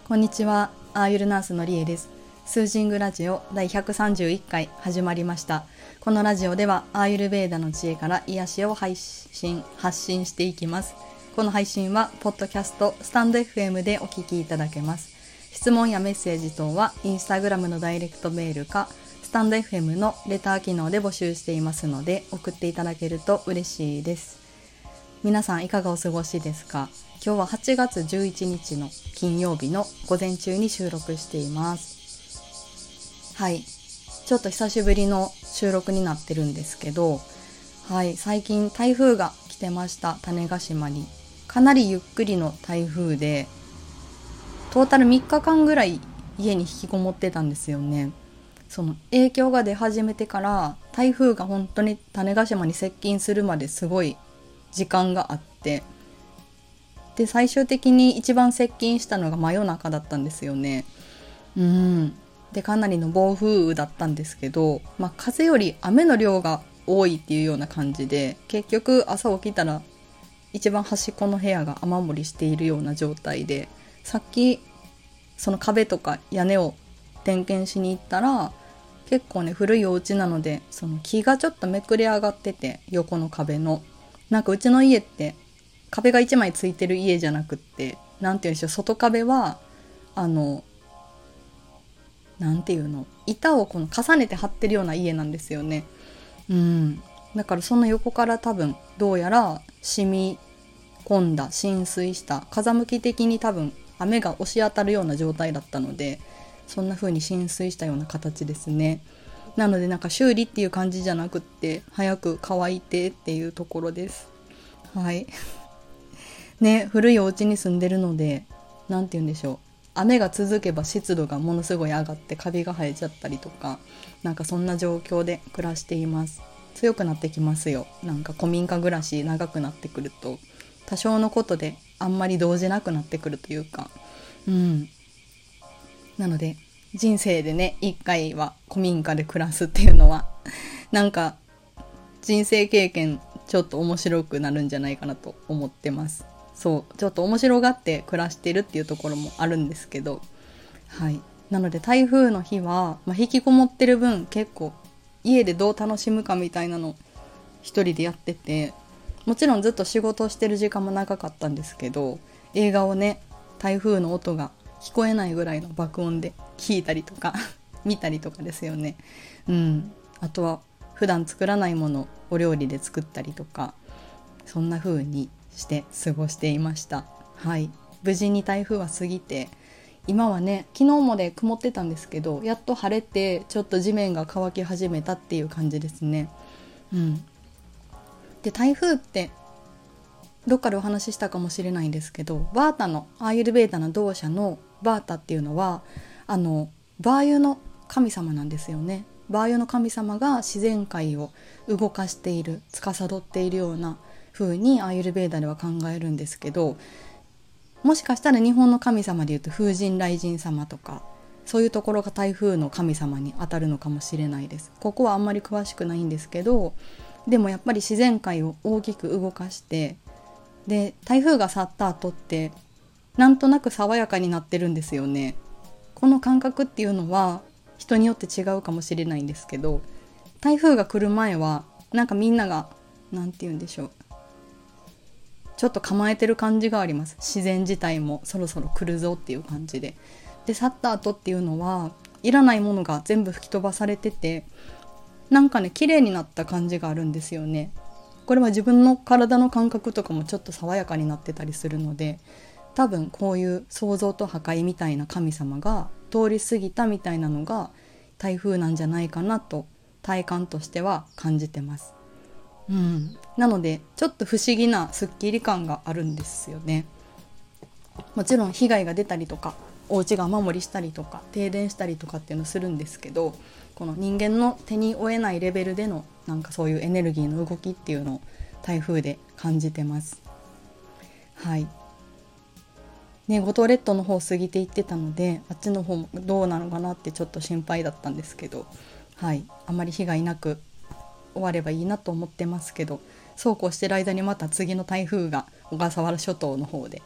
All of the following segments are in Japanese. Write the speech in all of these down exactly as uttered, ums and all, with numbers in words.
こんにちは、アーユルナースのりえです。スージングラジオだいひゃくさんじゅういっかい始まりました。このラジオではアーユルベーダの知恵から癒しを配信発信していきます。この配信はポッドキャスト、スタンド エフエム でお聞きいただけます。質問やメッセージ等はインスタグラムのダイレクトメールかスタンド エフエム のレター機能で募集していますので、送っていただけると嬉しいです。皆さんいかがお過ごしですか？今日ははちがつじゅういちにちの金曜日の午前中に収録しています。はい、ちょっと久しぶりの収録になってるんですけど、はい、最近台風が来てました。種子島にかなりゆっくりの台風で、トータルみっかかんぐらい家に引きこもってたんですよね。その影響が出始めてから台風が本当に種子島に接近するまですごい時間があって、で最終的に一番接近したのが真夜中だったんですよね。うんでかなりの暴風雨だったんですけど、まあ、風より雨の量が多いっていうような感じで、結局朝起きたら一番端っこの部屋が雨漏りしているような状態で、さっきその壁とか屋根を点検しに行ったら、結構ね古いお家なのでその木がちょっとめくれ上がってて、横の壁のなんかうちの家って壁がいちまいついてる家じゃなくって、なんていうんでしょう、外壁はあのなんていうの板をこの重ねて張ってるような家なんですよね。うんだからその横から多分どうやら染み込んだ浸水した風向き的に多分雨が押し当たるような状態だったので、そんな風に浸水したような形ですね。なのでなんか修理っていう感じじゃなくって、早く乾いてっていうところです。はいね、古いお家に住んでるので、なんて言うんでしょう、雨が続けば湿度がものすごい上がってカビが生えちゃったりとか、なんかそんな状況で暮らしています。強くなってきますよ。なんか古民家暮らし長くなってくると、多少のことであんまり動じなくなってくるというか、うんなので人生でね一回は古民家で暮らすっていうのはなんか人生経験ちょっと面白くなるんじゃないかなと思ってます。そうちょっと面白がって暮らしてるっていうところもあるんですけど、はいなので台風の日は、まあ、引きこもってる分結構家でどう楽しむかみたいなの一人でやってて、もちろんずっと仕事をしてる時間も長かったんですけど、映画をね台風の音が聞こえないぐらいの爆音で聞いたりとか見たりとかですよね。うんあとは普段作らないものをお料理で作ったりとか、そんな風にして過ごしていました。はい無事に台風は過ぎて、今はね昨日まで曇ってたんですけど、やっと晴れてちょっと地面が乾き始めたっていう感じですね。うんで台風ってどっかでお話ししたかもしれないんですけど、バータのアーユルベーダの同社のバータっていうのはあのバーユの神様なんですよね。バーユの神様が自然界を動かしている、司っているような風にアーユルベーダでは考えるんですけど、もしかしたら日本の神様でいうと風神雷神様とか、そういうところが台風の神様に当たるのかもしれないです。ここはあんまり詳しくないんですけど、でもやっぱり自然界を大きく動かして、で台風が去った後ってなんとなく爽やかになってるんですよね。この感覚っていうのは人によって違うかもしれないんですけど、台風が来る前はなんかみんながなんて言うんでしょう、ちょっと構えてる感じがあります。自然自体もそろそろ来るぞっていう感じで。で去った後っていうのはいらないものが全部吹き飛ばされてて、なんかね綺麗になった感じがあるんですよね。これは自分の体の感覚とかもちょっと爽やかになってたりするので、多分こういう創造と破壊みたいな神様が通り過ぎたみたいなのが台風なんじゃないかなと体感としては感じてます。うん、なのでちょっと不思議なスッキリ感があるんですよね。もちろん被害が出たりとか、お家が雨漏りしたりとか停電したりとかっていうのをするんですけど、この人間の手に負えないレベルでのなんかそういうエネルギーの動きっていうのを台風で感じてます。はいね、五島列島の方を過ぎていってたので、あっちの方もどうなのかなってちょっと心配だったんですけど、はいあまり被害なく終わればいいなと思ってますけど、そうこうしてる間にまた次の台風が小笠原諸島の方で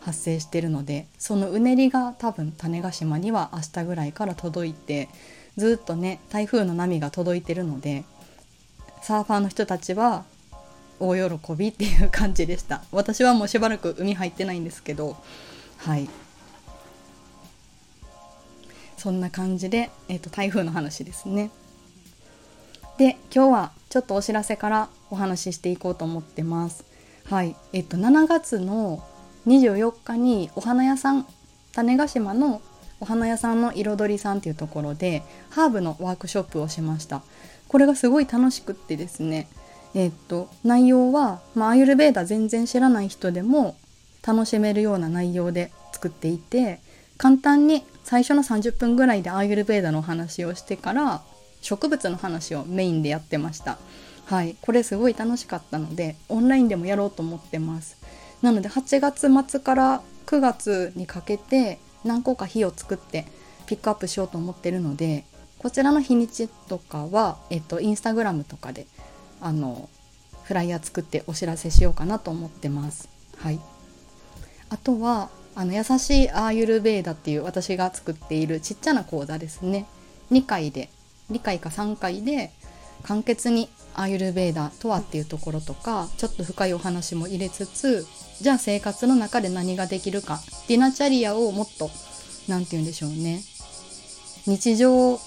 発生してるので、そのうねりが多分種子島には明日ぐらいから届いて、ずっとね台風の波が届いてるので、サーファーの人たちは大喜びっていう感じでした。私はもうしばらく海入ってないんですけど、はい、そんな感じで、えーと、台風の話ですね。で、今日はちょっとお知らせからお話ししていこうと思ってます。はい、えっと、しちがつのにじゅうよっかにお花屋さん、種子島のお花屋さんの彩りさんっていうところでハーブのワークショップをしました。これがすごい楽しくってですね、えっと、内容は、まあ、アーユルヴェーダ全然知らない人でも楽しめるような内容で作っていて、簡単に最初のさんじゅっぷんぐらいでアーユルヴェーダのお話をしてから植物の話をメインでやってました。はい、これすごい楽しかったのでオンラインでもやろうと思ってます。なのではちがつ末からくがつにかけて何個か日を作ってピックアップしようと思ってるので、こちらの日にちとかは、えっと、インスタグラムとかであのフライヤー作ってお知らせしようかなと思ってます。はい、あとはあの優しいアーユルヴェーダっていう私が作っているちっちゃな講座ですね。にかいでにかいかさんかいで簡潔にアーユルヴェーダとはっていうところとか、ちょっと深いお話も入れつつ、じゃあ生活の中で何ができるか、ディナチャリアをもっとなんて言うんでしょうね、日常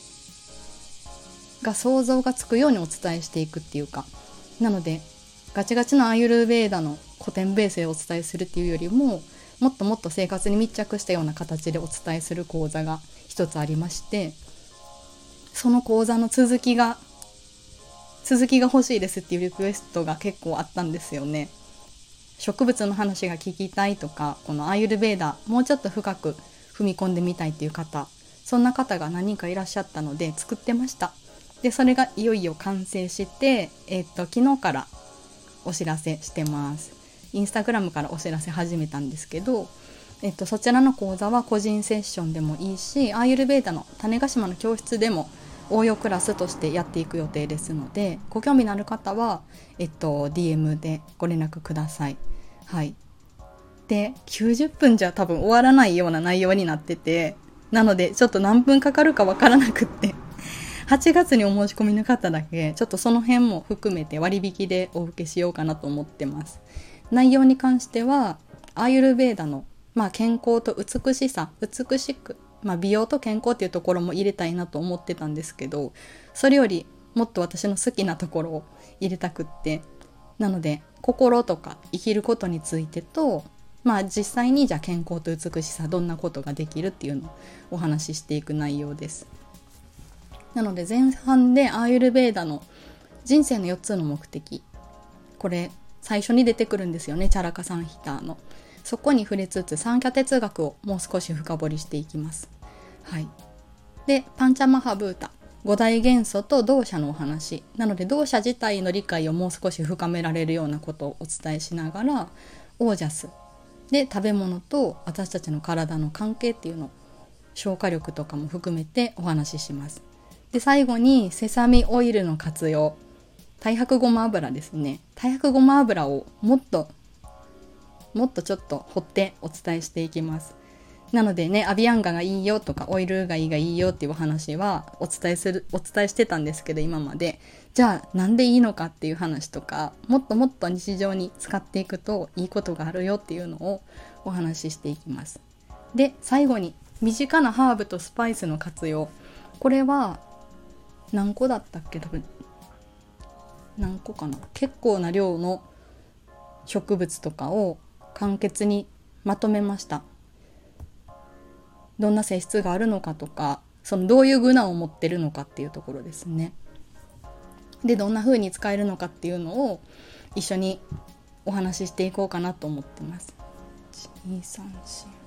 が想像がつくようにお伝えしていくっていうか、なのでガチガチのアーユルヴェーダの古典ベースでお伝えするっていうよりも、もっともっと生活に密着したような形でお伝えする講座が一つありまして、その講座の続きが続きが欲しいですっていうリクエストが結構あったんですよね。植物の話が聞きたいとか、このアーユルヴェーダもうちょっと深く踏み込んでみたいっていう方、そんな方が何人かいらっしゃったので作ってました。で、それがいよいよ完成して、えー、っと昨日からお知らせしてます。インスタグラムからお知らせ始めたんですけど、えー、っとそちらの講座は個人セッションでもいいし、アーユルヴェーダの種子島の教室でも応用クラスとしてやっていく予定ですので、ご興味のある方は、えっと、ディーエム でご連絡ください。はい。で、きゅうじゅっぷんじゃ多分終わらないような内容になってて、なのでちょっと何分かかるかわからなくってはちがつにお申し込みの方だけちょっとその辺も含めて割引でお受けしようかなと思ってます。内容に関してはアーユルヴェーダの、まあ、健康と美しさ、美しく、まあ、美容と健康っていうところも入れたいなと思ってたんですけど、それよりもっと私の好きなところを入れたくって、なので心とか生きることについてと、まあ実際にじゃあ健康と美しさどんなことができるっていうのをお話ししていく内容です。なので前半でアーユルヴェーダの人生のよっつの目的、これ最初に出てくるんですよね、チャラカサンヒターの。そこに触れつつサンキャ哲学をもう少し深掘りしていきます。はい。で、パンチャマハブータ、五大元素と動作のお話なので、動作自体の理解をもう少し深められるようなことをお伝えしながら、オージャスで食べ物と私たちの体の関係っていうのを消化力とかも含めてお話しします。で、最後にセサミオイルの活用、太白ごま油ですね。太白ごま油をもっともっとちょっと掘ってお伝えしていきます。なのでね、アビアンガがいいよとかオイルがいいがいいよっていうお話はお伝えするお伝えしてたんですけど、今までじゃあなんでいいのかっていう話とか、もっともっと日常に使っていくといいことがあるよっていうのをお話ししていきます。で、最後に身近なハーブとスパイスの活用、これは何個だったっけ、多分何個かな、結構な量の植物とかを簡潔にまとめました。どんな性質があるのかとか、そのどういう具ナを持ってるのかっていうところですね。で、どんな風に使えるのかっていうのを一緒にお話ししていこうかなと思ってます。いち、に、さん、よん、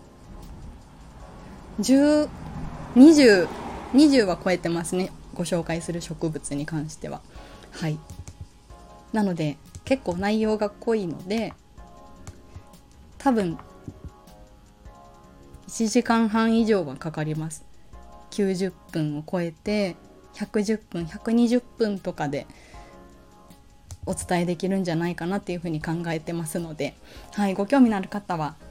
じゅう、にじゅう、にじゅうは超えてますね、ご紹介する植物に関しては。はい。なので結構内容が濃いので、多分いちじかんはん以上はかかります。きゅうじゅっぷんを超えてひゃくじゅっぷん、ひゃくにじゅっぷんとかでお伝えできるんじゃないかなっていうふうに考えてますので、はい、ご興味のある方は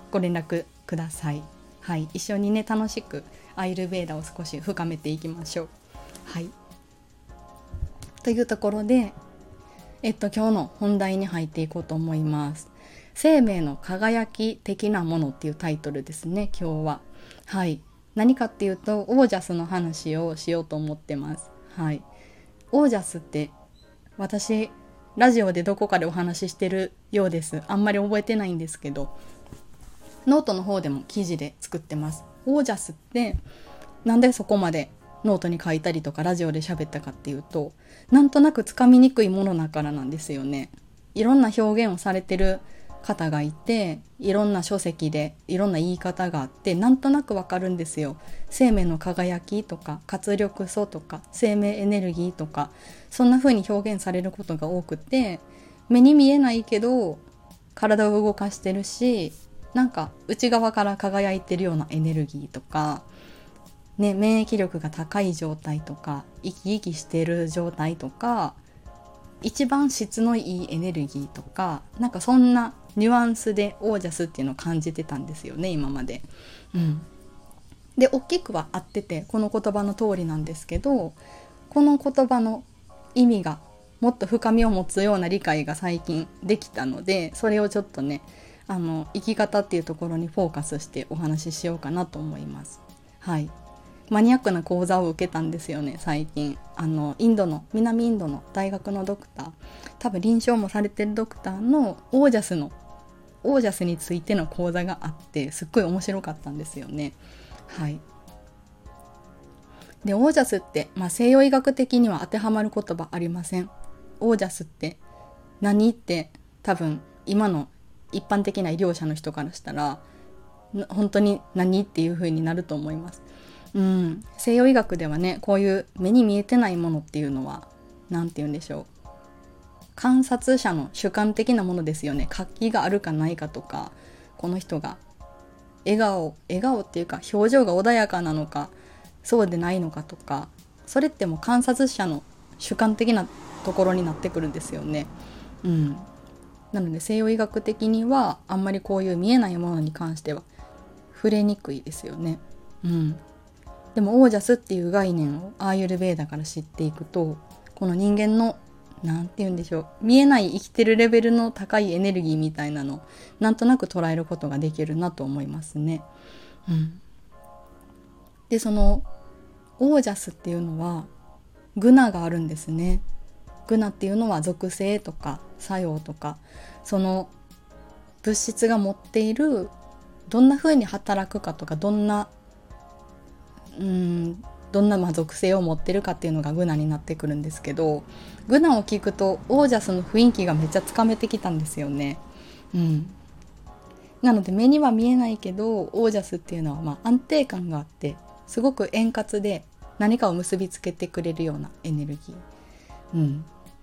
ご連絡ください。はい、一緒にね楽しくアイルベーダを少し深めていきましょう。はい、というところで、えっと今日の本題に入っていこうと思います。生命の輝き的なものっていうタイトルですね、今日は。はい、何かっていうとオージャスの話をしようと思ってます。はい、オージャスって私ラジオでどこかでお話ししてるようです。あんまり覚えてないんですけど、ノートの方でも記事で作ってます。オージャスってなんでそこまでノートに書いたりとかラジオで喋ったかっていうと、なんとなくつかみにくいものだからなんですよね。いろんな表現をされてる方がいて、いろんな書籍でいろんな言い方があって、なんとなくわかるんですよ。生命の輝きとか活力素とか生命エネルギーとか、そんな風に表現されることが多くて、目に見えないけど体を動かしてるし、なんか内側から輝いてるようなエネルギーとか、ね、免疫力が高い状態とか生き生きしてる状態とか、一番質のいいエネルギーとか、なんかそんなニュアンスでオージャスっていうのを感じてたんですよね、今まで。うん、で大きくは合ってて、この言葉の通りなんですけど、この言葉の意味がもっと深みを持つような理解が最近できたので、それをちょっとね、あの生き方っていうところにフォーカスしてお話ししようかなと思います。はい、マニアックな講座を受けたんですよね、最近。あのインドの南インドの大学のドクター、多分臨床もされてるドクターのオージャスのオージャスについての講座があって、すっごい面白かったんですよね。はい。でオージャスって、まあ、西洋医学的には当てはまる言葉ありません。オージャスって何って多分今の一般的な医療者の人からしたら本当に何っていう風になると思います。うん、西洋医学ではね、こういう目に見えてないものっていうのはなんて言うんでしょう、観察者の主観的なものですよね。活気があるかないかとか、この人が笑顔笑顔っていうか表情が穏やかなのかそうでないのかとか、それってもう観察者の主観的なところになってくるんですよね。うん、なので西洋医学的にはあんまりこういう見えないものに関しては触れにくいですよね。うん、でもオージャスっていう概念をアーユルヴェーダから知っていくと、この人間のなんて言うんでしょう、見えない生きてるレベルの高いエネルギーみたいなのをなんとなく捉えることができるなと思いますね。うん、でそのオージャスっていうのはグナがあるんですね。グナっていうのは属性とか作用とか、その物質が持っているどんな風に働くかとか、どんなうーんどんなまあ属性を持ってるかっていうのがグナになってくるんですけど、グナを聞くとオージャスの雰囲気がめっちゃつかめてきたんですよね。うん、なので目には見えないけどオージャスっていうのはまあ安定感があって、すごく円滑で何かを結びつけてくれるようなエネルギー、うん、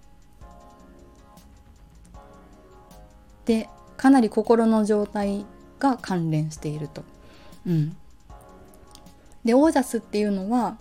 でかなり心の状態が関連していると。うん、でオージャスっていうのは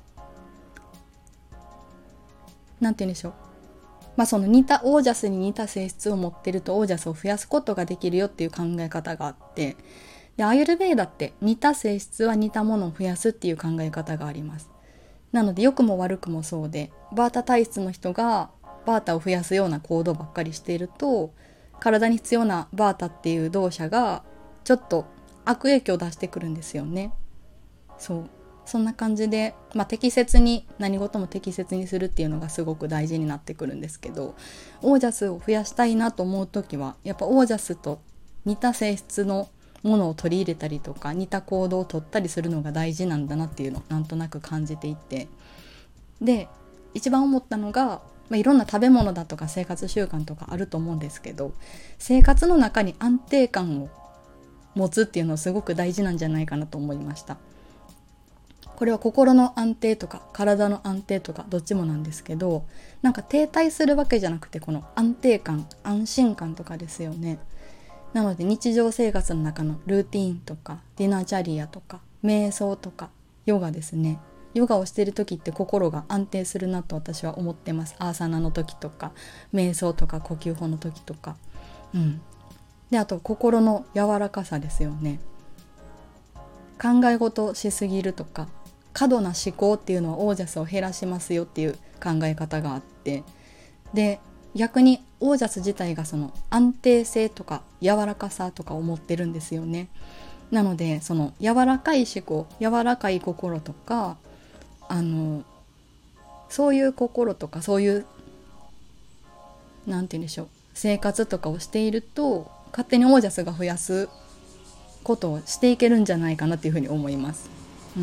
なんて言うんでしょう、まあその似たオージャスに似た性質を持ってるとオージャスを増やすことができるよっていう考え方があって、でアーユルヴェーダって似た性質は似たものを増やすっていう考え方があります。なので良くも悪くもそうで、バータ体質の人がバータを増やすような行動ばっかりしていると、体に必要なバータっていう動作がちょっと悪影響を出してくるんですよね。そうそんな感じで、まあ、適切に何事も適切にするっていうのがすごく大事になってくるんですけど、オージャスを増やしたいなと思うときはやっぱオージャスと似た性質のものを取り入れたりとか似た行動を取ったりするのが大事なんだなっていうのをなんとなく感じていて、で一番思ったのが、まあ、いろんな食べ物だとか生活習慣とかあると思うんですけど、生活の中に安定感を持つっていうのはすごく大事なんじゃないかなと思いました。これは心の安定とか体の安定とかどっちもなんですけど、なんか停滞するわけじゃなくて、この安定感安心感とかですよね。なので日常生活の中のルーティーンとかディナーチャリアとか瞑想とかヨガですね。ヨガをしている時って心が安定するなと私は思ってます。アーサナの時とか瞑想とか呼吸法の時とか、うん、 であと心の柔らかさですよね。考え事しすぎるとか過度な思考っていうのはオージャスを減らしますよっていう考え方があって、で逆にオージャス自体がその安定性とか柔らかさとかを持ってるんですよね。なのでその柔らかい思考、柔らかい心とか、あのそういう心とかそういうなんて言うんでしょう、生活とかをしていると勝手にオージャスが増やすことをしていけるんじゃないかなっていうふうに思います。うん、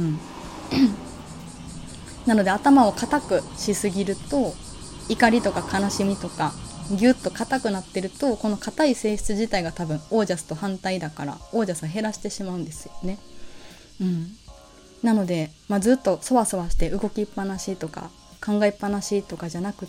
なので頭を固くしすぎると、怒りとか悲しみとかギュッと硬くなってると、この硬い性質自体が多分オージャスと反対だからオージャスを減らしてしまうんですよね。うん、なので、まあ、ずっとそわそわして動きっぱなしとか考えっぱなしとかじゃなくって、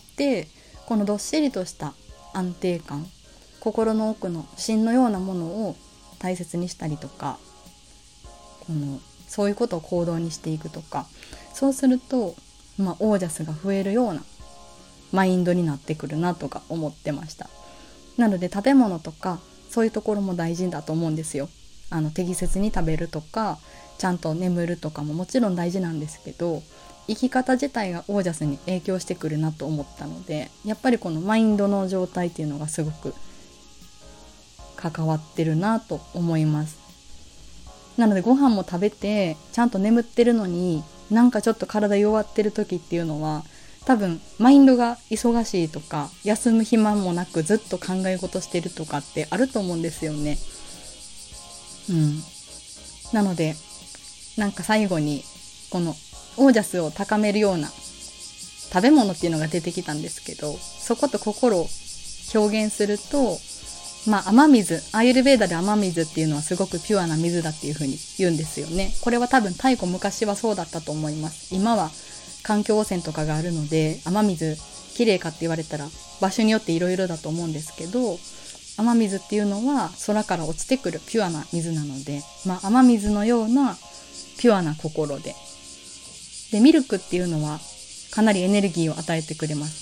このどっしりとした安定感、心の奥の芯のようなものを大切にしたりとか、このそういうことを行動にしていくとか、そうすると、まあ、オージャスが増えるようなマインドになってくるなとか思ってました。なので食べ物とかそういうところも大事だと思うんですよ。あの適切に食べるとかちゃんと眠るとかももちろん大事なんですけど、生き方自体がオージャスに影響してくるなと思ったので、やっぱりこのマインドの状態っていうのがすごく関わってるなと思います。なのでご飯も食べてちゃんと眠ってるのになんかちょっと体弱ってる時っていうのは、多分マインドが忙しいとか休む暇もなくずっと考え事してるとかってあると思うんですよね。うん。なのでなんか最後にこのオージャスを高めるような食べ物っていうのが出てきたんですけど、そこと心を表現すると、まあ雨水、アーユルヴェーダで雨水っていうのはすごくピュアな水だっていう風に言うんですよね。これは多分太古昔はそうだったと思います。今は環境汚染とかがあるので雨水きれいかって言われたら場所によっていろいろだと思うんですけど、雨水っていうのは空から落ちてくるピュアな水なので、まあ、雨水のようなピュアな心で、でミルクっていうのはかなりエネルギーを与えてくれます。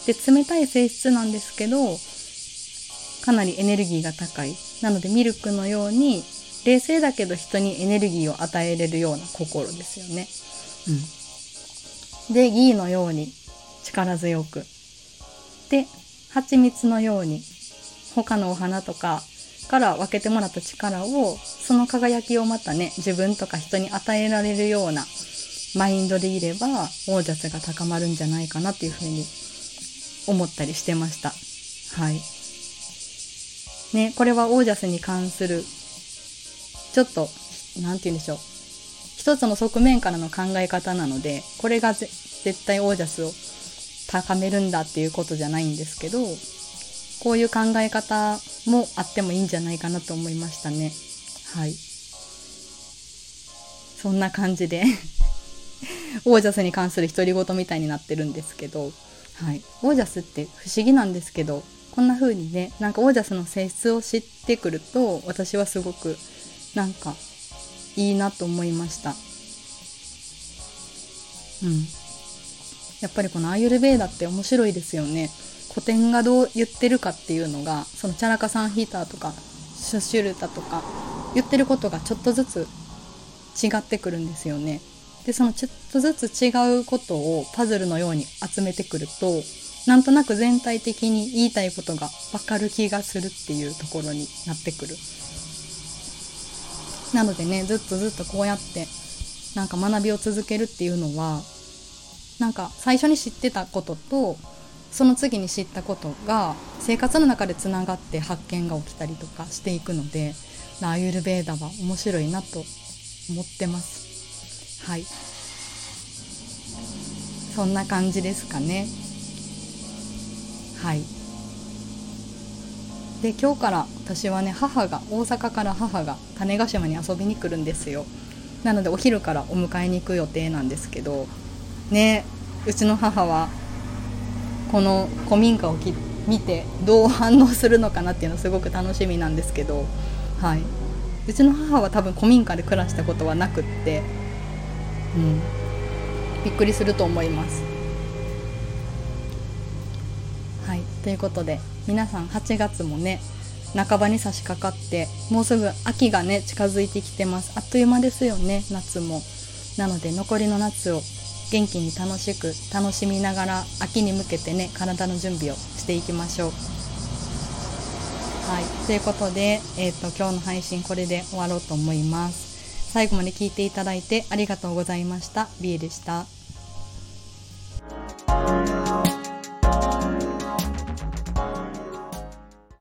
で冷たい性質なんですけどかなりエネルギーが高い。なのでミルクのように冷静だけど人にエネルギーを与えれるような心ですよね。うん、でギーのように力強く、で蜂蜜のように他のお花とかから分けてもらった力を、その輝きをまたね自分とか人に与えられるようなマインドでいればオージャスが高まるんじゃないかなっていうふうに思ったりしてました。はいね、これはオージャスに関するちょっとなんて言うんでしょう、一つの側面からの考え方なので、これが絶対オージャスを高めるんだっていうことじゃないんですけど、こういう考え方もあってもいいんじゃないかなと思いましたね。はい、そんな感じでオージャスに関する独り言みたいになってるんですけど、はい、オージャスって不思議なんですけど、こんな風にね、なんかオージャスの性質を知ってくると私はすごくなんかいいなと思いました。うん、やっぱりこのアーユルヴェーダって面白いですよね。古典がどう言ってるかっていうのが、そのチャラカサンヒーターとかシュシュルタとか言ってることがちょっとずつ違ってくるんですよね。でそのちょっとずつ違うことをパズルのように集めてくると、なんとなく全体的に言いたいことが分かる気がするっていうところになってくる。なのでね、ずっとずっとこうやってなんか学びを続けるっていうのは、なんか最初に知ってたこととその次に知ったことが生活の中でつながって発見が起きたりとかしていくので、アーユルヴェーダは面白いなと思ってます。はい、そんな感じですかね。はい。で今日から私はね、母が大阪から母が種子島に遊びに来るんですよ。なのでお昼からお迎えに行く予定なんですけどね、うちの母はこの古民家をき見てどう反応するのかなっていうのすごく楽しみなんですけど、はい、うちの母は多分古民家で暮らしたことはなくって、うん、びっくりすると思います。はい、ということで皆さんはちがつもね、 半ばに差し掛かって、もうすぐ秋がね近づいてきてます。あっという間ですよね、夏も。なので残りの夏を元気に楽しく楽しみながら、秋に向けてね体の準備をしていきましょう。はい、ということで、えーと、今日の配信これで終わろうと思います。最後まで聞いていただいてありがとうございました。 ビー でした。